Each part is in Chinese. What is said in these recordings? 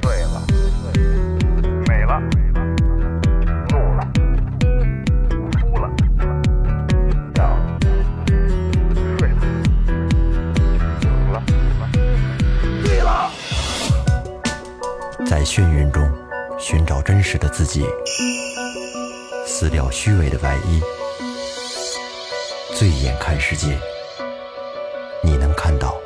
醉了，美了，怒了，哭了，笑了，睡了，醒了，醉了。 在眩晕中寻找真实的自己，撕掉虚伪的外衣，醉眼看世界，你能看到。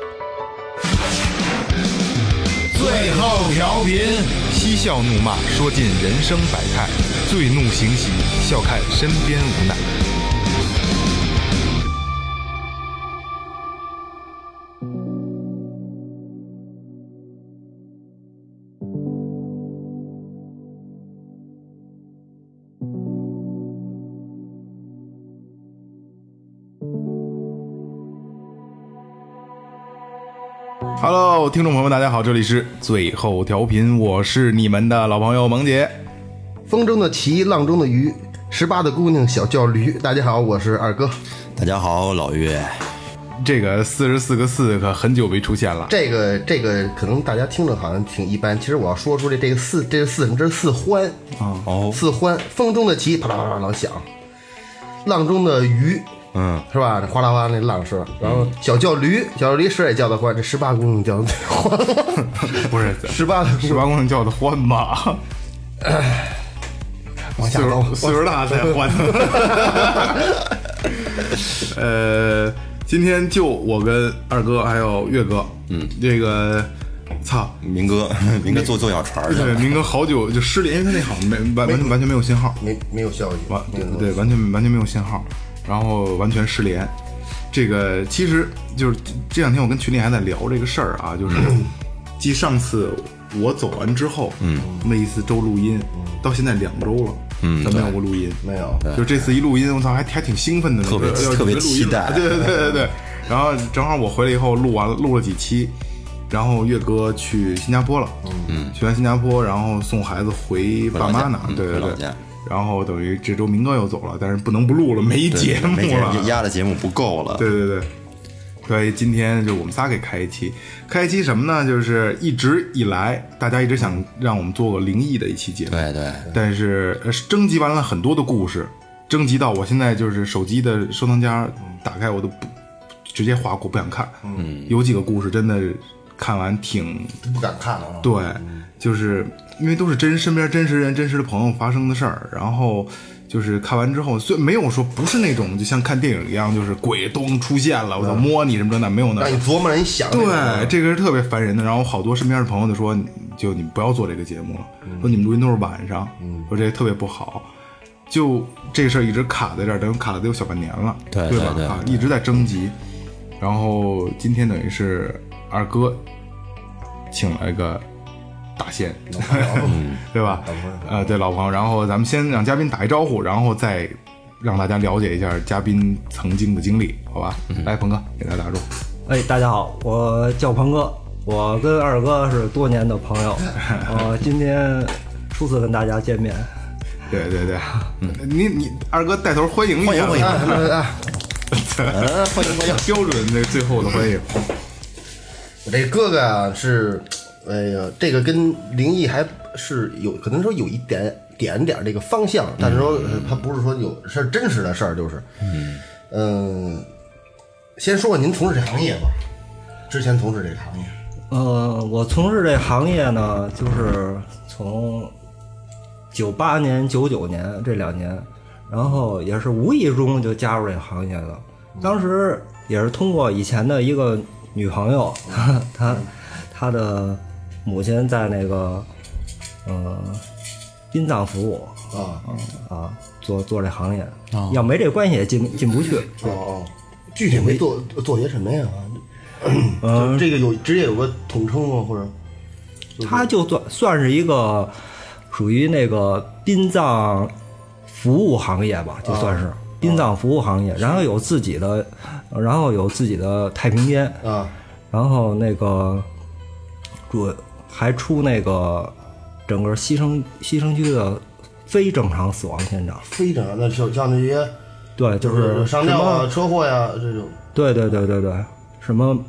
最后调频，嬉笑怒骂，说尽人生百态；醉怒行喜，笑看身边无奈。Hello， 听众朋友们，大家好，这里是最后调频，我是你们的老朋友萌姐。 风中的旗，浪中的鱼，18的姑娘小叫驴。大家好，我是二哥。 大家好，老岳。 这个44个4可很久没出现了。 这个可能大家听着好像挺一般，其实我要说出这个四，这是四什么？这是四欢哦， 四欢。风中的旗啪啦啪啦老响，浪中的鱼。是吧？哗啦哗啦那浪声，然后小叫驴，小叫驴时也叫得欢，这18姑娘叫得欢， 不是18姑娘叫得欢吧？ 往下走， 岁数大才欢。今天就我跟二哥还有岳哥，这个操， 明哥坐小船去了。 对，明哥好久就失联，因为他那好像完全没有信号， 没有消息， 对，完全没有信号。然后完全失联，这个其实就是这两天我跟群里还在聊这个事儿啊，就是继上次我走完之后，那一次周录音，到现在2周了，咱没有过录音， 没有， 就这次一录音，我操，还挺兴奋的， 特别期待， 对。然后正好我回来以后录了几期，然后岳哥去新加坡了，去完新加坡，然后送孩子回爸妈那，对。然后等于这周明哥又走了，但是不能不录了，没节目了， 压的节目不够了。 对，所以今天就我们仨给开一期什么呢？就是一直以来大家一直想让我们做个灵异的一期节目，对。但是征集完了很多的故事，征集到我现在就是手机的收藏夹打开我都不直接划过，不想看。有几个故事真的看完挺不敢看了。 对，就是因为都是身边真实人、真实的朋友发生的事儿，然后就是看完之后，虽然没有说不是那种就像看电影一样，就是鬼咚出现了，我操摸你什么的，没有那， 让你琢磨，让你想。 对，这个是特别烦人的。然后好多身边的朋友就说，就你们不要做这个节目了，说你们录音都是晚上，说这个特别不好。就这个事儿一直卡在这儿，等于卡了得有小半年了，对吧？啊，一直在征集。然后今天等于是二哥请了一个大仙，对吧？对，老朋友。然后咱们先让嘉宾打一招呼，然后再让大家了解一下嘉宾曾经的经历，好吧？来，鹏哥给大家打招呼。 大家好，我叫鹏哥，我跟二哥是多年的朋友，今天初次跟大家见面。 对，你二哥带头欢迎一下，欢迎，标准这最后的欢迎。 我这哥哥啊是，这个跟灵异还是有可能说有一点这个方向，但是说他不是说是真实的事儿，就是，先说说您从事这行业吧，之前从事这个行业。 我从事这行业呢，就是从98年、99年这2年，然后也是无意中就加入这个行业了。当时也是通过以前的一个女朋友，她的母亲在那个殡葬服务做这行业，要没这关系也进不去。 具体没做些什么呀？这个职业有个统称吗？或者他就算是一个属于那个殡葬服务行业吧，就算是殡葬服务行业，然后有自己的太平间啊，然后那个还出那个整个西城区的非正常死亡现场。 非正常，那就像那些对，就是上吊啊、车祸呀这种。 对，什么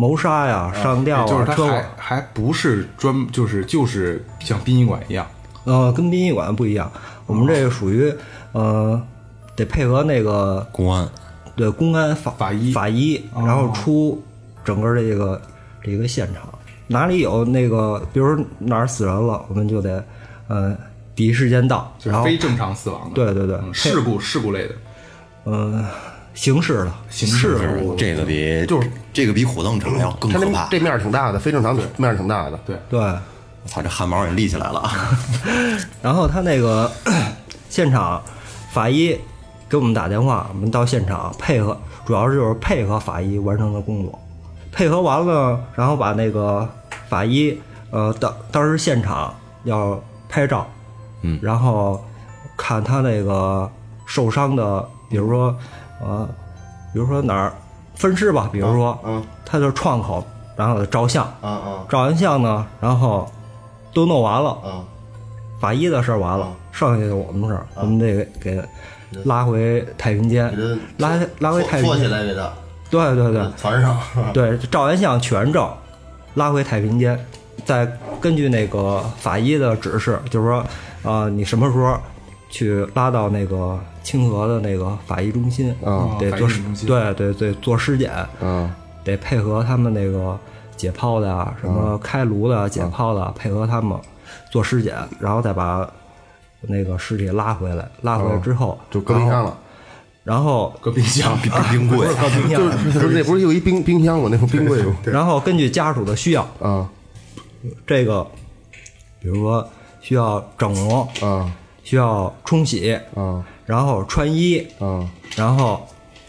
谋杀呀、上吊就是它啊、车祸， 还不是就是像殡仪馆一样， 跟殡仪馆不一样，我们这个属于得配合那个公安对公安法医然后出整个这个现场，哪里有那个，比如哪儿死人了，我们就得第一时间到，然后就是非正常死亡的， 对对对， 事故类的， 刑事的刑事故这个比就是这个比火葬场要更他可怕。 这面儿挺大的，非正常面儿挺大的。 对， 对。 我操，这汗毛也立起来了。 然后他那个现场法医给我们打电话，我们到现场配合，主要就是配合法医完成的工作。配合完了，然后把那个法医当时现场要拍照，然后看他那个受伤的，比如说哪儿分尸吧，比如说他的创口，然后照相，照完相呢，然后都弄完了，法医的事儿完了，剩下的我们事儿，我们得给拉回太平间，拉回太平坐起间， 来给他对对对传上， 对，照完相取完证，拉回太平间，再根据那个法医的指示，就是说你什么时候去拉到那个清河的那个法医中心，得做法医中心对做尸检，得配合他们那个解剖的啊，什么开颅的、解剖的，配合他们做尸检，然后再把那个尸体拉回来。拉回来之后就搁冰箱了。 然后搁冰箱， 冰柜， 搁冰箱， 就是那不是有一冰箱吗？那种冰柜吗？ 然后根据家属的需要，这个比如说需要整容，需要冲洗，然后穿衣，然后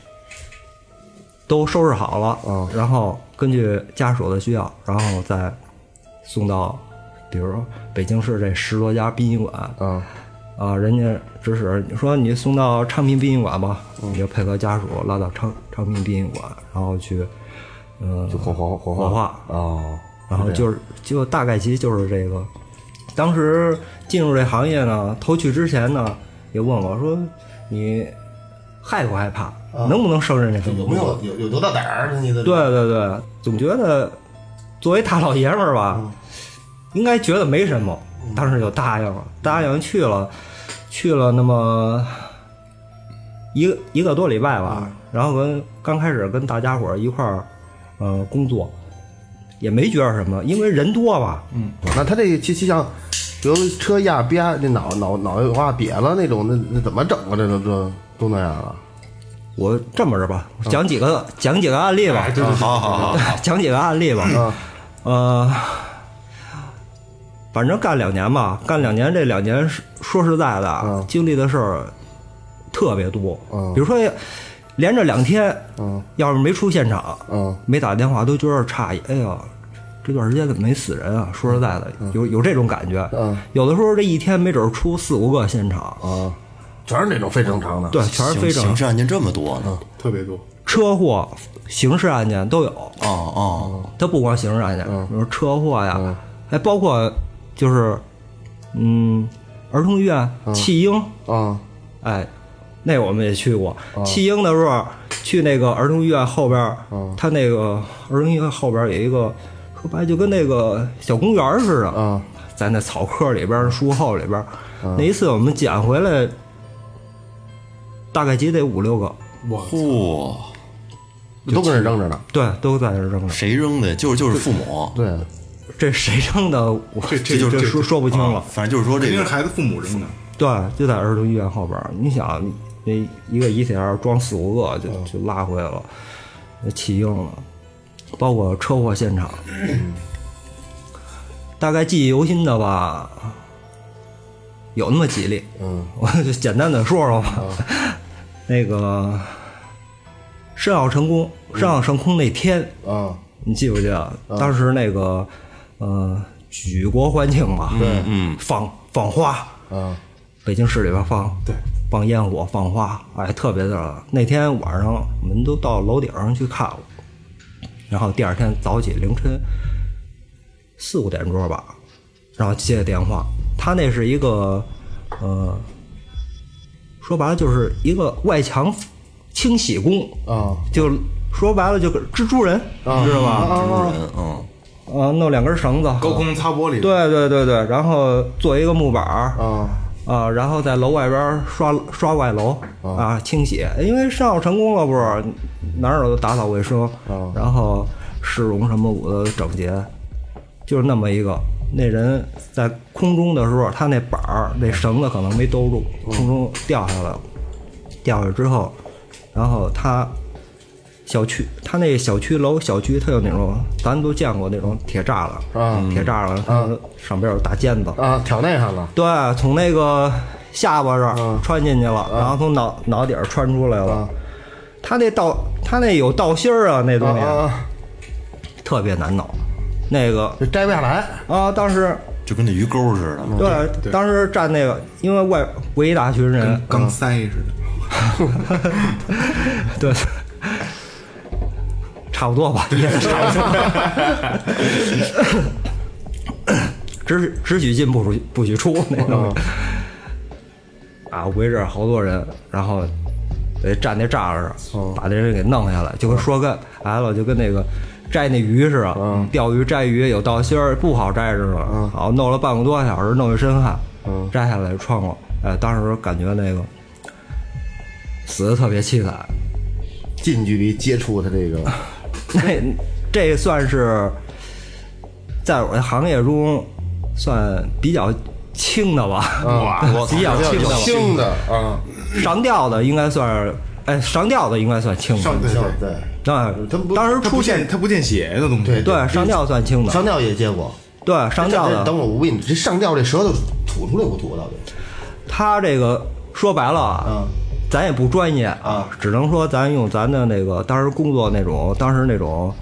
都收拾好了，然后根据家属的需要，然后再送到，比如说北京市这10多家殡仪馆，人家指使你说你送到昌平殡仪馆吧，你就配合家属拉到昌平殡仪馆，然后去， 就火化哦， 然后就大概其就是这个。当时进入这行业呢，头去之前呢，也问我说你害不害怕，能不能胜任这份工作？ 有多大胆儿？你的对对对，总觉得作为大老爷们儿吧，应该觉得没什么，当时就答应了，去了那么一个多礼拜吧，然后刚开始跟大家伙儿一块儿工作，也没觉得什么，因为人多吧。 那他这其像，比如车压瘪，那脑袋瓜瘪了那种，那怎么整啊？这都那样了。 我这么着吧，讲几个案例吧。 好， 讲几个案例吧。反正干2年吧，这2年说实在的，经历的事儿特别多。比如说连着2天，要是没出现场，没打电话，都觉得诧异。哎呀，这段时间怎么没死人啊？说实在的，有这种感觉。有的时候这一天没准出4、5个现场， 全是那种非正常的。 对，全是非正常。 刑事案件这么多呢？ 特别多， 车祸、刑事案件都有。它不光刑事案件，比如车祸呀，还包括就是儿童医院弃婴哎，那我们也去过。弃婴的时候去那个儿童医院后边，他那个儿童医院后边有一个说白就跟那个小公园似的，在那草棵里边、树后里边。那一次我们捡回来，大概得5、6个。 嚯！ 都跟人扔着呢。 对，都在这扔着。 谁扔的？就是父母。 对， 这谁扔的？这说不清了。 反正就是说这个肯定是孩子父母扔的。 对，就在儿童医院后边。你想，那一个遗体上装4、5个，就拉回来了，弃婴了，包括车祸现场。大概记忆犹新的吧，有那么几例。我就简单的说说吧。那个申奥成功，申奥升空那天，你记不记得？当时那个举国欢庆嘛，放花，北京市里边放烟火放花，哎，特别的。那天晚上我们都到楼顶上去看了，然后第二天早起凌晨4、5点钟吧，然后接的电话，他那是一个说白了就是一个外墙清洗工，就说白了就跟蜘蛛人，你知道吧？ 蜘蛛人， 弄2根绳子， 高空擦玻璃， 对，然后做一个木板儿，然后在楼外边刷外楼啊，清洗，因为上成功了不是，哪儿都打扫卫生，然后市容什么我的整洁，就是那么一个。那人在空中的时候，他那板儿那绳子可能没兜住，空中掉下来了，掉下来之后，然后他那小区它有那种咱都见过那种铁栅栏，铁栅栏，上边有大尖子挑那上了， 对，从那个下巴这儿穿进去了，然后从脑底儿穿出来了。他那有道心儿啊，那东西特别难弄，那个就摘不下来啊。当时就跟那鱼钩似的。对，当时站那个，因为围一大群人， 跟钢塞似的。 对。差不多吧，也是差不多。只许进不许出那种。围着好多人，然后得站那栅栏上，把那人给弄下来，就跟说个就跟那个摘那鱼似的，钓鱼摘鱼有道心儿，不好摘着了。好，弄了半个多小时，弄一身汗，摘下来穿过。当时感觉那个死的特别凄惨， 近距离接触他这个。 这算是在我的行业中算比较轻的吧，比较轻的啊。 上吊的应该算，上吊的应该算轻的。 对， 当时出现它不见血的东西。 对，上吊算轻的。 上吊也接过。 对，上吊的。 等会儿我问你，这上吊这舌头吐出来不吐到底？ 他这个说白了咱也不专业啊，只能说咱用咱的那个当时工作当时那种，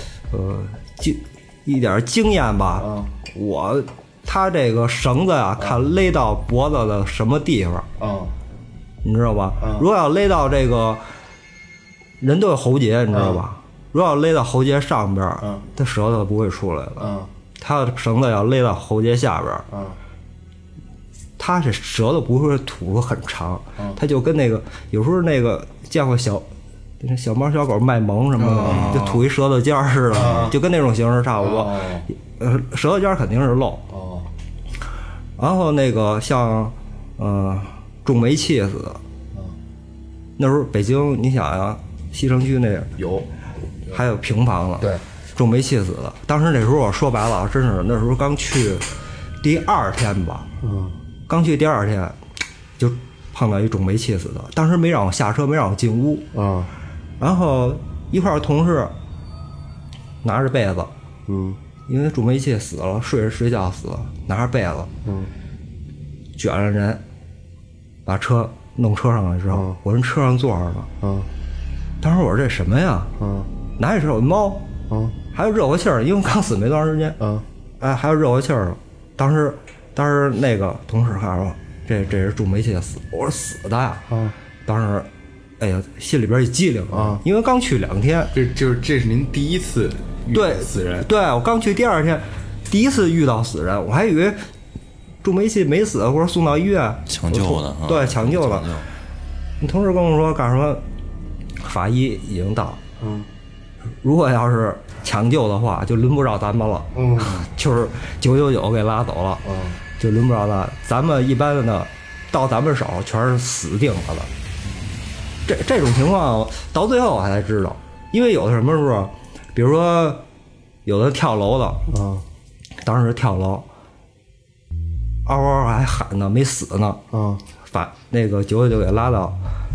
一点经验吧。他这个绳子呀，看勒到脖子的什么地方你知道吧？如果要勒到这个人都有喉结，你知道吧？如果要勒到喉结上边，他舌头不会出来了。他的绳子要勒到喉结下边，他这舌头不会吐出很长，他就跟那个有时候那个见过小猫小狗卖萌什么的，就吐一舌头尖儿似的，就跟那种形式差不多。舌头尖儿肯定是漏。然后那个像中煤气死的，那时候北京你想呀，西城区那有， 还有平房了， 对， 中煤气死的。当时那时候我说白了，真是那时候刚去第2天吧，刚去第2天就碰到一中煤气死的，当时没让我下车，没让我进屋然后一块同事拿着被子，因为中煤气死了，睡觉死了，拿着被子，卷着人，把车弄车上来之后，我人车上坐着呢，当时我说这什么呀？哪里是有猫？还有热乎气儿，因为刚死没多长时间，还有热乎气儿。当时那个同事看说，这是中煤气死，我说死的呀。当时，哎呀，心里边一激灵因为刚去2天。 这是您第一次遇到死人？对， 我刚去第2天，第一次遇到死人，我还以为中煤气没死，或者送到医院抢救的。 对，抢救了。你同事跟我说干什么？法医已经到。如果要是抢救的话，就轮不着咱们了。就是999给拉走了。就轮不着咱们一般的到咱们手全是死定了的。这种情况到最后我才知道，因为有的什么时候，比如说有的跳楼的，当时跳楼，嗷嗷还喊呢，没死呢，把那个999给拉到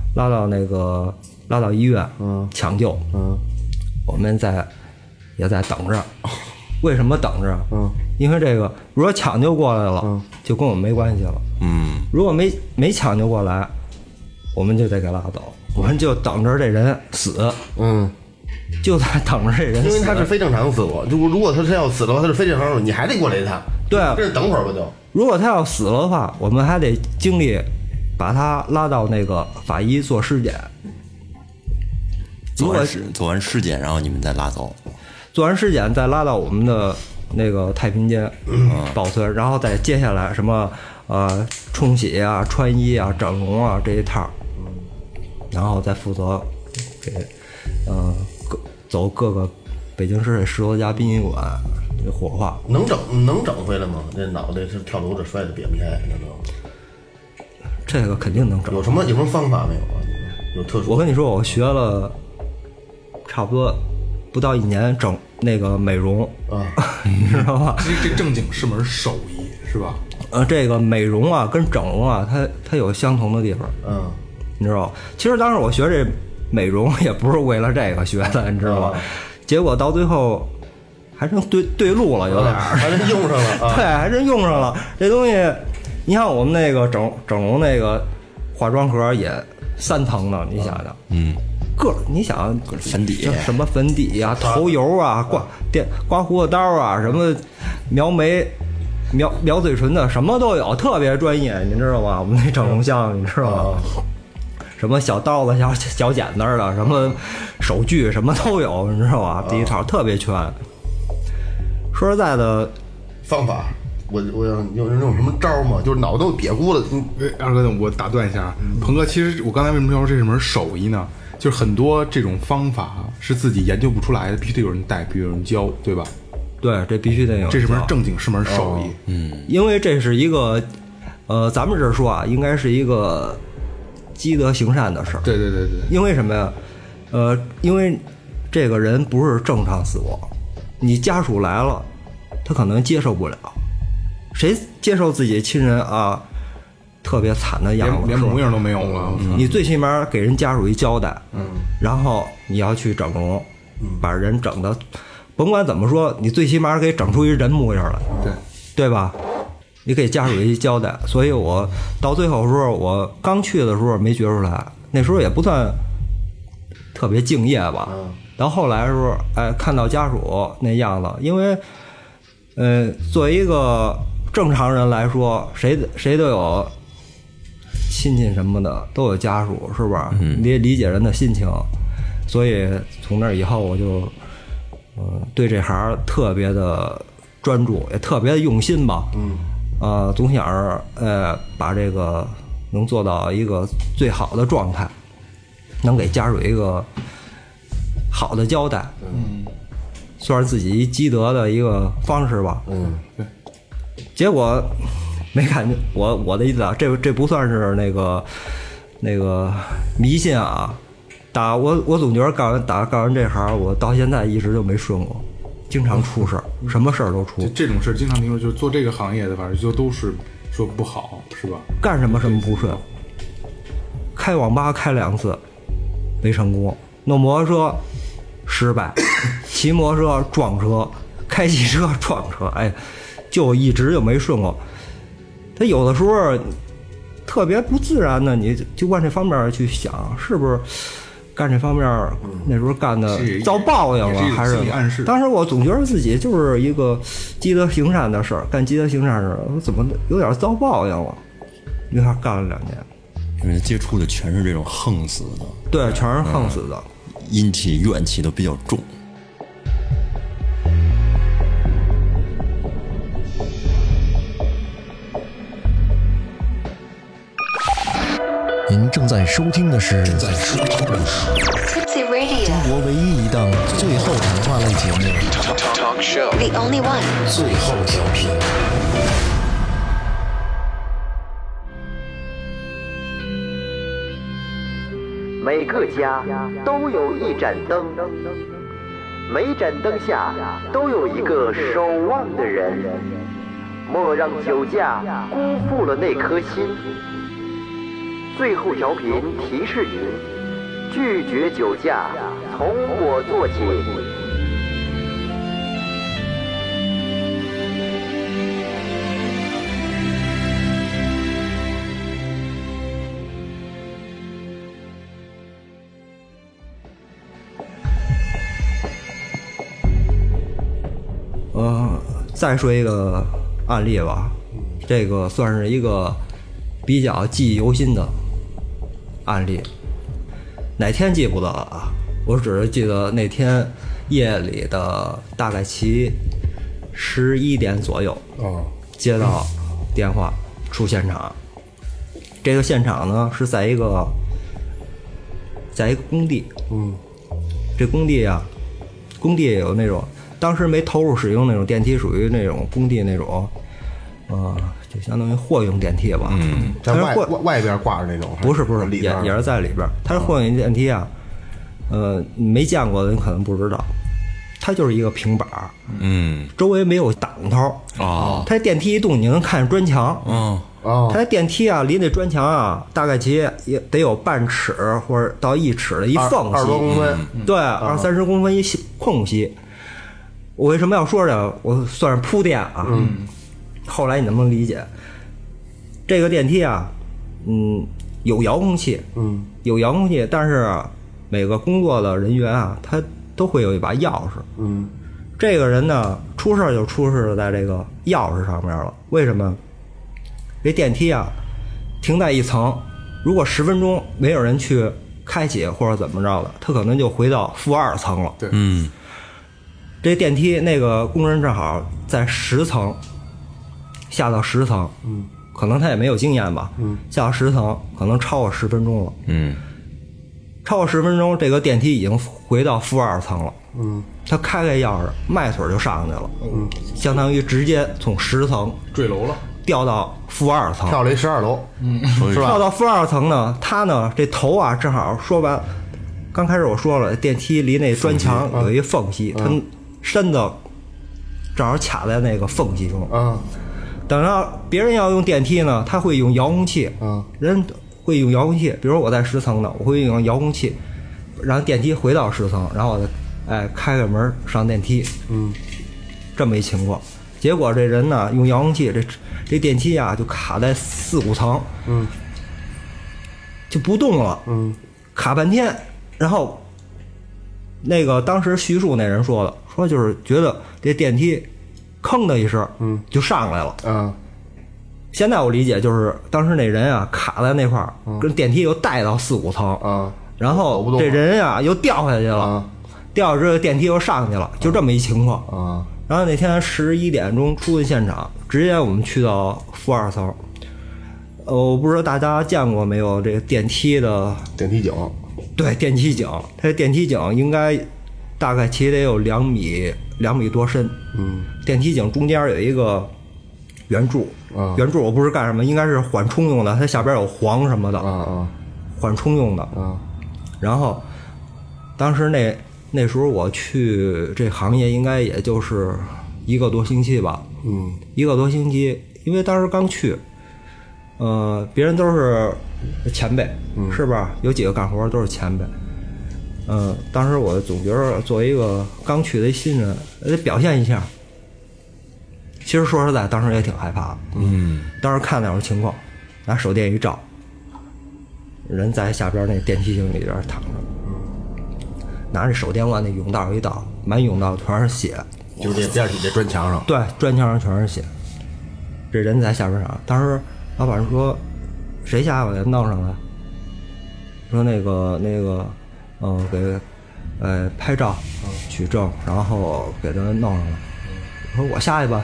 医院，抢救，我们也在等着。为什么等着？因为这个如果抢救过来了，就跟我们没关系了。如果没抢救过来，我们就得给拉走，我们就等着这人死。就在等着这人死， 因为他是非正常死亡。如果他是要死的话，他是非正常死，你还得过来一趟。 对， 这是等会儿吧就。 如果他要死了的话，我们还得经历把他拉到那个法医做尸检。 做完尸检，然后你们再拉走。 做完尸检再拉到我们的那个太平间保存，然后再接下来什么冲洗啊、穿衣啊、整容啊这一套，然后再负责给走各个北京市这10多家殡仪馆这火化， 能整回来吗？这脑袋是跳楼的摔的瘪不开，那都这个肯定能整。 有什么方法没有啊？有特殊？ 我跟你说，我学了差不多不到1年整那个美容啊， 你知道吧？ 这正经是门手艺是吧？ 这个美容啊跟整容啊，它有相同的地方，你知道？其实当时我学这美容也不是为了这个学的，你知道吧？结果到最后还真对路了，有点还真用上了， 对，还真用上了这东西。你看我们那个整容那个化妆盒也3层呢，你想想，你想粉底什么粉底啊、头油啊、刮胡子刀啊、什么描眉、描嘴唇的，什么都有，特别专业，你知道吗？我们那整容项，你知道吗？什么小刀子、小剪子的，什么手锯，什么都有，你知道吧？第一套特别全。说实在的， 方法。我有那种什么招吗？就是脑子都瘪咕了。 二哥，我打断一下，鹏哥，其实我刚才为什么说这是门手艺呢？就是很多这种方法是自己研究不出来的，必须得有人带，必须有人教，对吧？ 对，这必须得有。 这是门正经是门手艺， 因为这是一个，咱们这说啊，应该是一个积德行善的事儿。 对。 因为什么呀？因为这个人不是正常死亡，你家属来了，他可能接受不了。谁接受自己亲人啊特别惨的样子， 连模样都没有了。 你最起码给人家属一交代，然后你要去整容，把人整的，甭管怎么说，你最起码给整出一人模样来，对吧？你给家属一交代。所以我到最后的时候，我刚去的时候没觉出来，那时候也不算特别敬业吧。到后来的时候，看到家属那样子，因为作为一个正常人来说，谁都有亲戚什么的，都有家属，是不是？你得理解人的心情。所以从那以后，我就对这行特别的专注，也特别的用心吧。总想着把这个能做到一个最好的状态，能给家属一个好的交代。算是自己一积德的一个方式吧。 对。 结果没感觉，我的意思啊，这不算是那个迷信啊。我总觉得干完这行，我到现在一直就没顺过，经常出事儿，什么事儿都出。 这种事经常听说，就是做这个行业的，反正就都是说不好，是吧？ 干什么不顺。开网吧开2次没成功，弄摩托车失败，骑摩托车撞车，开汽车撞车，就一直就没顺过。他有的时候特别不自然的，你就往这方面去想，是不是干这方面那时候干的遭报应了，还是暗示？ 当时我总觉得自己就是一个积德行善的事儿，干积德行善的事儿，我怎么有点遭报应了？那还干了2年， 因为接触的全是这种横死的， 对，全是横死的， 阴气怨气都比较重。 您正在收听的是中国唯一一档最后谈话类节目 The only one. 最后调频。 每个家都有一盏灯，每盏灯下都有一个守望的人。莫让酒驾辜负了那颗心。最后调频提示您：拒绝酒驾，从我做起。 再说一个案例吧，这个算是一个比较记忆犹新的案例，哪天记不得了啊？我只是记得那天夜里的大概11点左右，接到电话出现场。这个现场呢是在一个工地，这工地啊工地也有那种，当时没投入使用那种电梯，属于那种工地那种，就相当于货用电梯吧。 在外边挂着那种， 不是里边也是在里边。它是货运电梯啊，没见过的你可能不知道，它就是一个平板儿，周围没有挡头哦， 它电梯一动，你能看见砖墙，它电梯啊，离那砖墙啊，大概其也得有半尺或者到1尺的一缝隙， 20多公分， 对，20-30公分一空隙。我为什么要说这个？我算是铺垫啊。后来你能不能理解？这个电梯啊，有遥控器，有遥控器，但是每个工作的人员啊，他都会有一把钥匙，这个人呢，出事就出事在这个钥匙上面了。为什么？这电梯啊，停在一层，如果10分钟没有人去开启或者怎么着的，他可能就回到-2层了。 对， 这电梯那个工人正好在10层，下到10层，可能他也没有经验吧，下到10层可能超过10分钟了，超过10分钟，这个电梯已经回到-2层了，他开钥匙，迈腿就上去了，相当于直接从10层坠楼了， 掉到-2层， 跳了一12楼，是吧？ 跳到-2层呢，他呢这头啊正好说白，刚开始我说了，电梯离那砖墙有一缝隙，他身子正好卡在那个缝隙中。等到别人要用电梯呢，他会用遥控器，人会用遥控器，比如我在10层呢，我会用遥控器让电梯回到10层，然后我再开个门上电梯，这么一情况。结果这人呢用遥控器，这电梯啊就卡在4-5层，就不动了，卡半天。然后那个当时叙述那人说就是觉得这电梯吭的一声，就上来了。现在我理解就是当时那人啊卡在那块儿，跟电梯又带到4-5层，然后这人啊又掉下去了，掉下之后电梯又上去了，就这么一情况。然后那天11点钟出的现场，直接我们去到-2层。我不知道大家见过没有这个电梯的电梯井。 对，电梯井，它电梯井应该大概其得有2米多深。电梯井中间有一个圆柱，圆柱我不知干什么，应该是缓冲用的，它下边有簧什么的，缓冲用的。然后当时那时候我去这行业应该也就是1个多星期吧，1个多星期，因为当时刚去，别人都是前辈，是吧？有几个干活都是前辈。当时我总觉得作为一个刚去的新人，得表现一下。其实说实在，当时也挺害怕的。当时看那种情况，拿手电一照，人在下边那电梯井里边躺着，拿着手电往那甬道一倒，满甬道全是血， 就这边体这砖墙上。 对，砖墙上全是血。这人在下边上，当时老板说：“谁下来弄上来？”说那个，给拍照取证，然后给他弄上来。我说我下去吧，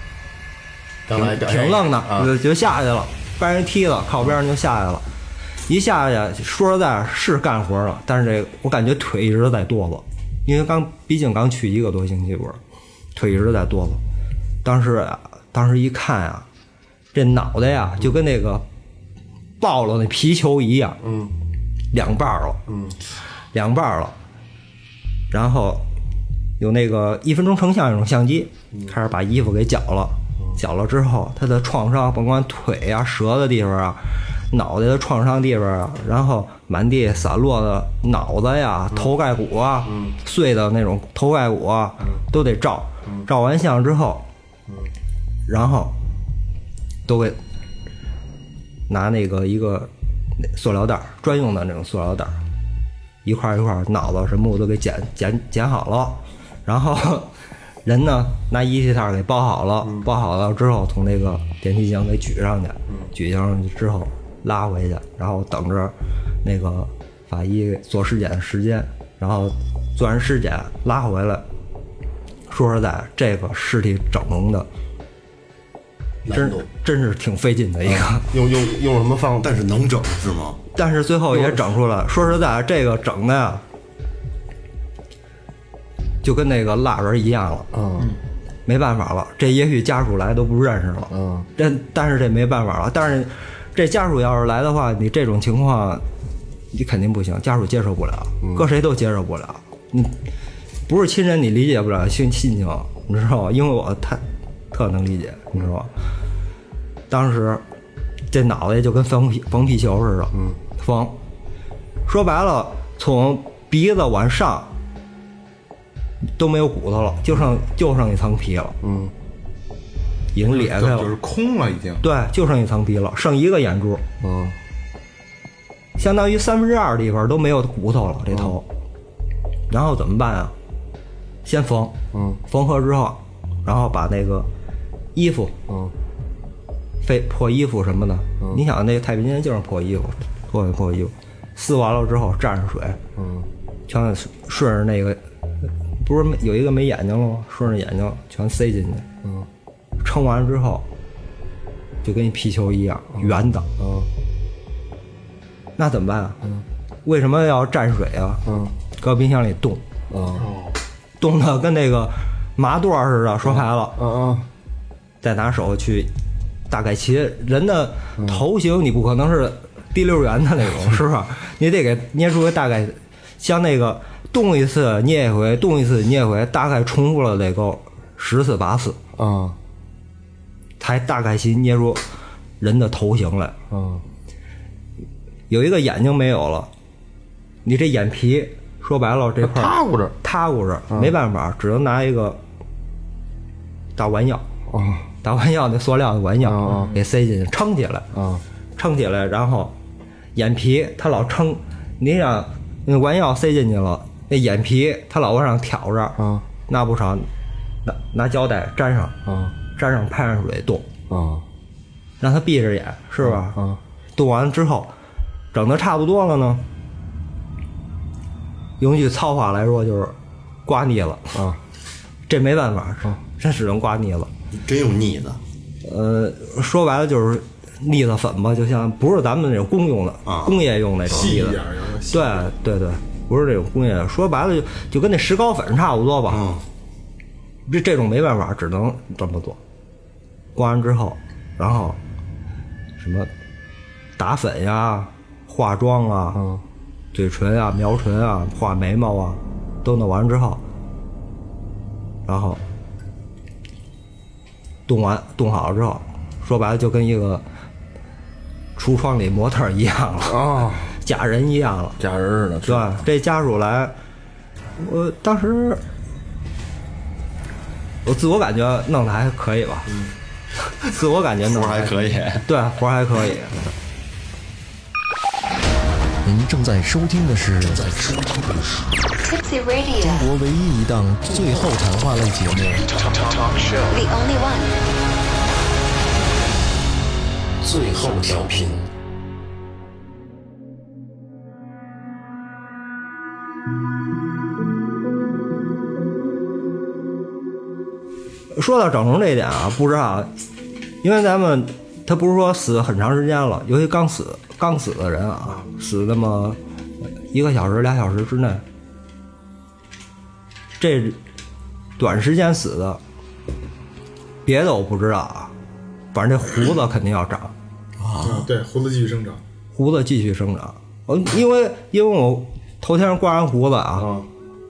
挺愣的，就下去了，搬人梯子靠边上就下去了。一下去，说实在是干活了，但是这我感觉腿一直在哆嗦，因为毕竟刚去1个多星期，不是，腿一直在哆嗦。当时一看啊，这脑袋呀就跟那个爆了那皮球一样，两半了，两半了。然后有那个1分钟成像那种相机，开始把衣服给绞了，绞了之后，他的创伤，甭管腿啊、折的地方啊、脑袋的创伤地方啊，然后满地散落的脑子呀、头盖骨啊、碎的那种头盖骨啊，都得照。照完相之后，然后都给拿那个一个塑料袋，专用的那种塑料袋，一块一块脑子什么我都给剪好了，然后人呢拿一体袋给包好了，包好了之后从那个电梯井给举上去，举上去之后拉回去，然后等着那个法医做尸检的时间，然后做完尸检拉回来。说实在，这个尸体整容的真是挺费劲的一个， 用什么方法？ 但是能整是吗？ 但是最后也整出来。说实在，这个整的呀， 就跟那个蜡人一样了。没办法了，这也许家属来都不认识了。但是这没办法了。但是这家属要是来的话，你这种情况你肯定不行，家属接受不了，搁谁都接受不了。你不是亲人，你理解不了心情，你知道吗？因为我特能理解，你知道吗？当时这脑袋就跟缝皮球似的，缝。说白了，从鼻子往上都没有骨头了，就剩一层皮了，已经裂开了， 就是空了已经。 对，就剩一层皮了，剩一个眼珠，相当于2/3地方都没有骨头了，这头。然后怎么办啊？先缝，缝合之后，然后把那个衣服，破衣服什么的，你想那个太平间就是破衣服，破衣服，撕完了之后蘸上水，全顺着那个，不是有一个没眼睛了吗？顺着眼睛全塞进去，撑完了之后，就跟一皮球一样圆的，那怎么办啊？为什么要蘸水啊？搁冰箱里冻，冻的跟那个麻段似的，说白了，再拿手去大概切人的头型，你不可能是滴溜圆的那种，是吧？你得给捏出个大概，像那个动一次捏一回，动一次捏一回，大概重复了得够10次8次，才大概其捏出人的头型来。有一个眼睛没有了，你这眼皮说白了这块塌咕着，没办法，只能拿一个大丸药，大丸药那塑料的丸药给塞进去，撑起来，撑起来，然后眼皮它老撑，你想那丸药塞进去了，那眼皮它老往上挑着，那不成，拿胶带粘上，粘上拍上水冻，让它闭着眼，是吧？冻完之后，整的差不多了呢。用句糙话来说，就是刮腻了这没办法，真只能刮腻了。 真有腻子。 说白了就是腻子粉吧，就像不是咱们那种公用的，工业用那种腻子。对，不是这种工业，说白了就跟那石膏粉差不多吧。这种没办法，只能这么做。刮完之后，然后什么打粉呀、化妆啊、嘴唇啊、描唇啊、画眉毛啊，都弄完之后，然后冻好了之后，说白了就跟一个橱窗里模特一样了，假人一样了， 假人似的。 对，这家属来，我当时我自我感觉弄得还可以吧，自我感觉弄得还可以， 对，活还可以。 您正在收听的是 Tipsy Radio， 中国唯一一档最后谈话类节目 The Only One， 最后调频。 说到整容这一点啊，不知道，因为咱们他不是说死很长时间了，尤其刚死的人啊，死那么1个小时2小时之内，这短时间死的，别的我不知道啊，反正这胡子肯定要长对，胡子继续生长， 胡子继续生长。因为我头天刮完胡子啊，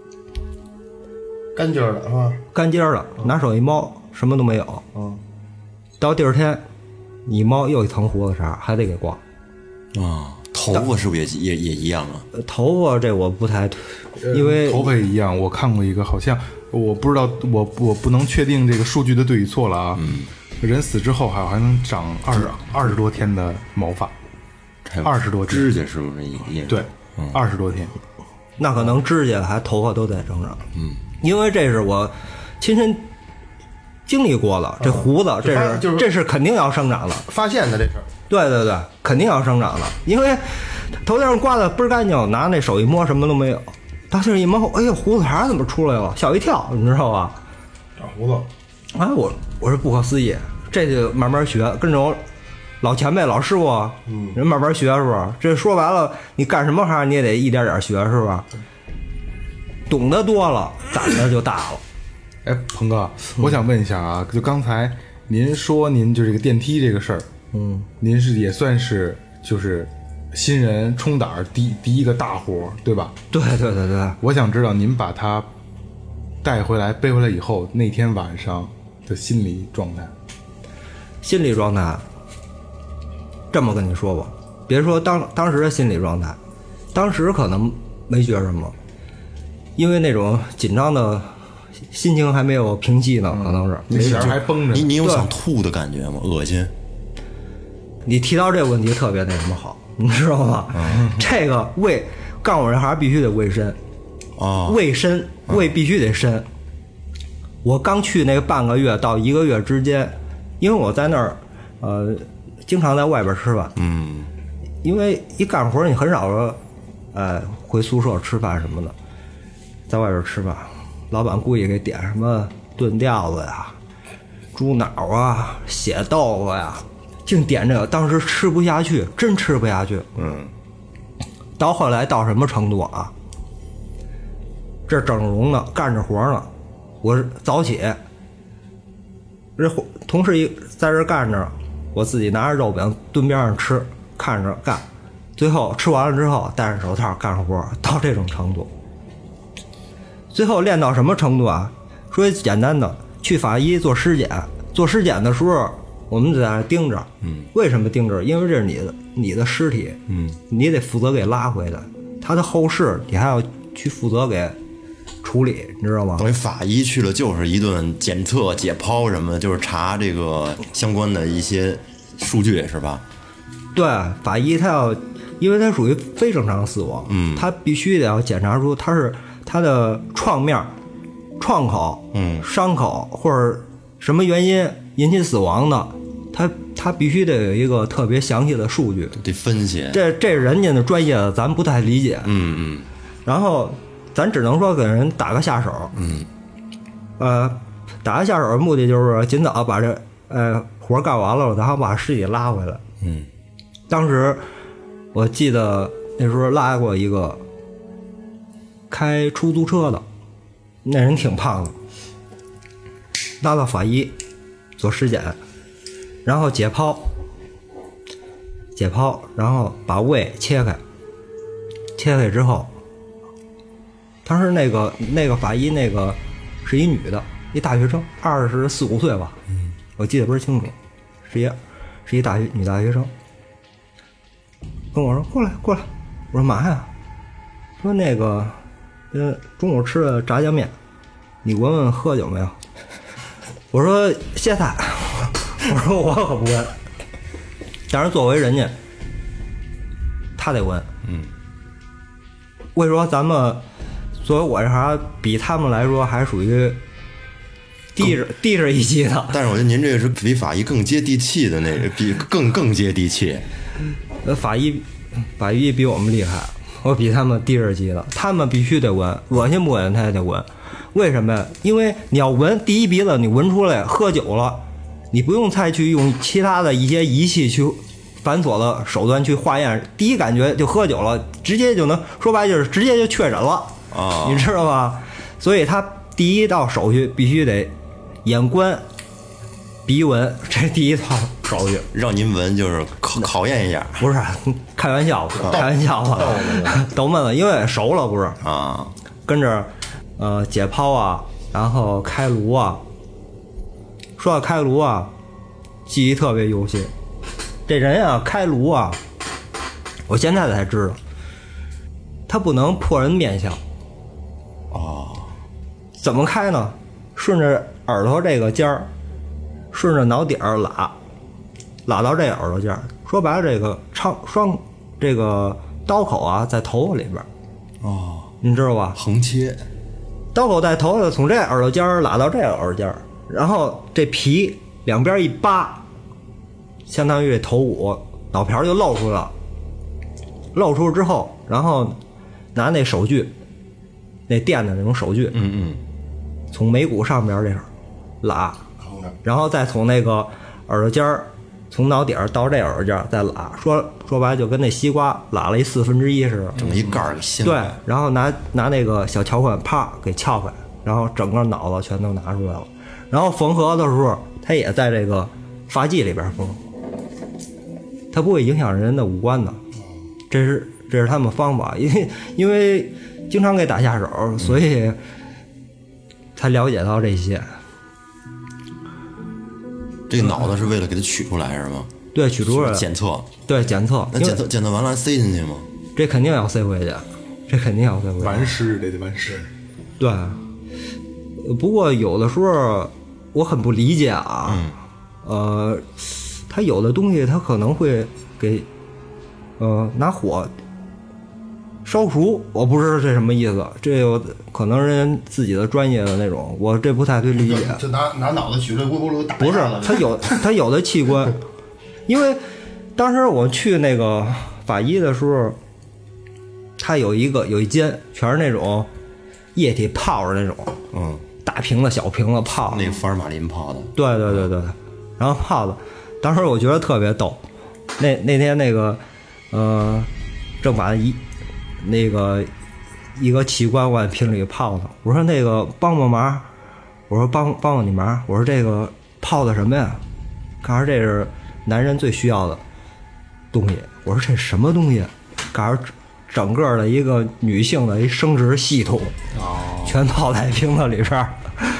干尖的是吧？ 干尖的，拿手一摸，什么都没有。到第二天，你摸又一层胡子茬，还得给刮。 头发是不是也一样啊？ 头发这我不太，因为头发也一样。我看过一个，好像我不知道，我不能确定这个数据的对与错了啊。人死之后还能长20多天的毛发，20多天指甲是不是也对，20多天。 那可能指甲还头发都在生长。因为这是我亲身经历过的，这胡子这是肯定要生长的， 发现的这事儿。 对，肯定要生长的，因为头天刮的倍儿干净，拿那手一摸什么都没有，到这一摸，哎呦，胡子茬怎么出来了？吓我一跳，你知道吧？ 长胡子， 哎，我是不可思议，这就慢慢学，跟着我老前辈老师傅，人慢慢学是吧？这说白了，你干什么行你也得一点点学是吧？ 懂得多了，胆子就大了。 哎，鹏哥，我想问一下啊，就刚才您说您就这个电梯这个事儿，您是也算是就是新人冲胆儿第一个大活，对吧？ 对对对对， 我想知道您把它带回来背回来以后，那天晚上的心理状态。 心理状态，这么跟你说吧，别说当时的心理状态，当时可能没觉什么，因为那种紧张的心情还没有平息呢，可能是那弦儿还绷着。 你有想吐的感觉吗？恶心。 你提到这个问题特别那什么好，你知道吗？这个胃干我这行必须得胃深啊， 胃深，胃必须得深。我刚去那个半个月到1个月之间，因为我在那儿经常在外边吃饭，因为一干活你很少说回宿舍吃饭什么的，在外边吃饭，老板故意给点什么炖吊子呀、猪脑啊、血豆腐呀，净点这个，当时吃不下去，真吃不下去。到后来到什么程度啊？这整容呢，干着活呢，我早起，这同事一在这干着，我自己拿着肉饼蹲边上吃，看着干，最后吃完了之后戴上手套干活，到这种程度。最后练到什么程度啊？说简单的，去法医做尸检，做尸检的时候，我们得在那盯着。为什么盯着？因为这是你的尸体，你得负责给拉回来，他的后事你还要去负责给处理，你知道吗？ 等于法医去了就是一顿检测、解剖什么的，就是查这个相关的一些数据，是吧？ 对，法医他要，因为他属于非正常死亡，他必须得要检查出他的创面、创口、伤口或者什么原因引起死亡的，他必须得有一个特别详细的数据， 得分析。 这人家的专业的咱不太理解，然后咱只能说给人打个下手，打个下手的目的就是尽早把这活干完了，然后把尸体拉回来。当时我记得那时候拉过一个开出租车的，那人挺胖的，拉到法医做尸检，然后解剖，然后把胃切开之后，当时那个法医那个是一女的，一大学生，24、25岁吧，我记得不是清楚，是一女大学生，跟我说过来，我说嘛呀？说那个中午吃的炸酱面，你闻闻喝酒没有？我说歇菜，我说我可不闻，但是作为人家，他得闻。为什么咱们作为我这行比他们来说还属于低着一级的？ 但是我觉得您这个是比法医更接地气的那个，比更接地气。 法医比我们厉害，我比他们低着级的，他们必须得闻，恶心不恶心他也得闻。为什么呀？因为你要闻第一鼻子，你闻出来喝酒了，你不用再去用其他的一些仪器去繁琐的手段去化验，第一感觉就喝酒了，直接就能说白就是直接就确诊了你知道吗？所以他第一道手续必须得眼观鼻闻，这第一套手续。 让您闻就是考验一下， 不是开玩笑吧，逗闷了，因为熟了不是啊， 跟着解剖啊，然后开颅啊。说到开颅啊，记忆特别犹新。这人啊，开颅啊，我现在才知道，他不能破人面相。怎么开呢？顺着耳朵这个尖儿，顺着脑顶儿拉到这耳朵尖儿。说白了，这个这个刀口啊，在头发里边。你知道吧？ 横切。 刀口在头发，从这耳朵尖儿拉到这个耳朵尖儿，然后这皮两边一扒，相当于这头骨脑瓢就露出了。露出之后，然后拿那手锯，那电的那种手锯，从眉骨上边这儿拉，然后再从那个耳朵尖儿从脑顶到这耳尖再拉，说白了就跟那西瓜拉了1/4似的， 整一盖儿给掀对开， 然后拿那个小撬棍啪给撬开，然后整个脑子全都拿出来了。然后缝合的时候，它也在这个发际里边缝，它不会影响人的五官的，这是他们方法，因为经常给打下手，所以才了解到这些。 这个脑子是为了给它取出来是吗？ 对，取出来检测。 对，检测。 那检测完了塞进去吗？ 这肯定要塞回去，这肯定要塞回去。 完尸得完尸。 对，不过有的时候我很不理解啊，他有的东西他可能会给拿火烧熟，我不知道这什么意思，这有可能人自己的专业的那种，我这不太对理解。 就拿脑子取这咕噜打不是，他有的器官，因为当时我去那个法医的时候，他有一间全是那种液体泡的那种，大瓶子小瓶子泡那个福尔马林泡的， 对，然后泡的，当时我觉得特别逗。那天那个正把一个器官往瓶里泡呢，我说那个帮忙，我说帮你忙，我说这个泡的什么呀？告诉这是男人最需要的东西。我说这是什么东西？告诉整个的一个女性的一生殖系统，全泡在瓶子里边。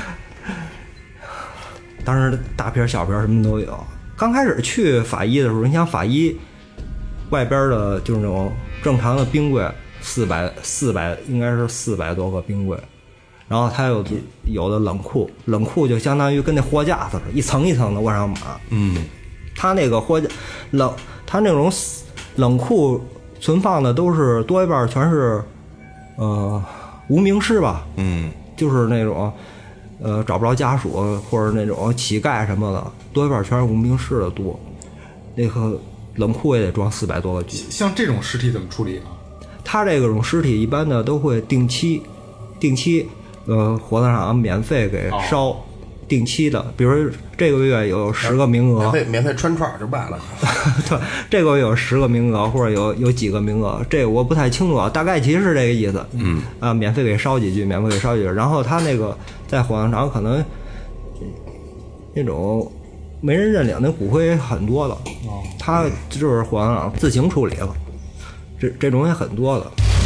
当时大瓶小瓶什么都有。刚开始去法医的时候，你想法医外边的就是那种正常的冰柜，400应该是400多个冰柜，然后它有的冷库就相当于跟那货架似的，一层一层的往上码。它那个它那种冷库存放的都是多一半全是无名尸吧，就是那种找不着家属或者那种乞丐什么的，多一半全是无名尸的多。那个冷库也得装400多个具。 像这种尸体怎么处理啊？ 他这种尸体一般的都会定期，火葬场免费给烧，定期的，比如这个月有10个名额， 免费穿串就办了。 对，这个月有10个名额，或者有几个名额，这个我不太清楚啊，大概其实是这个意思。免费给烧几具，然后他那个在火葬场可能那种没人认领，那骨灰很多的，他就是火葬场自行处理了，这种也很多的。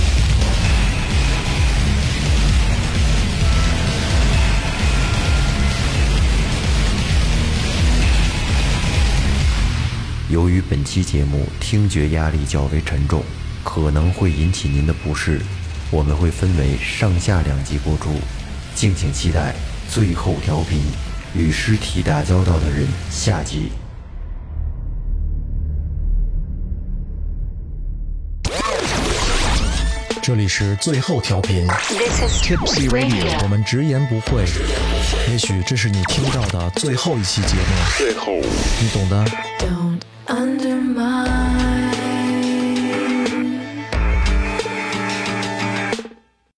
由于本期节目听觉压力较为沉重，可能会引起您的不适，我们会分为上下2集播出，敬请期待最后调频与尸体打交道的人下集。 这里是最后调频 Tipsy Radio， 我们直言不讳，也许这是你听到的最后一期节目，你懂的。 Don't undermine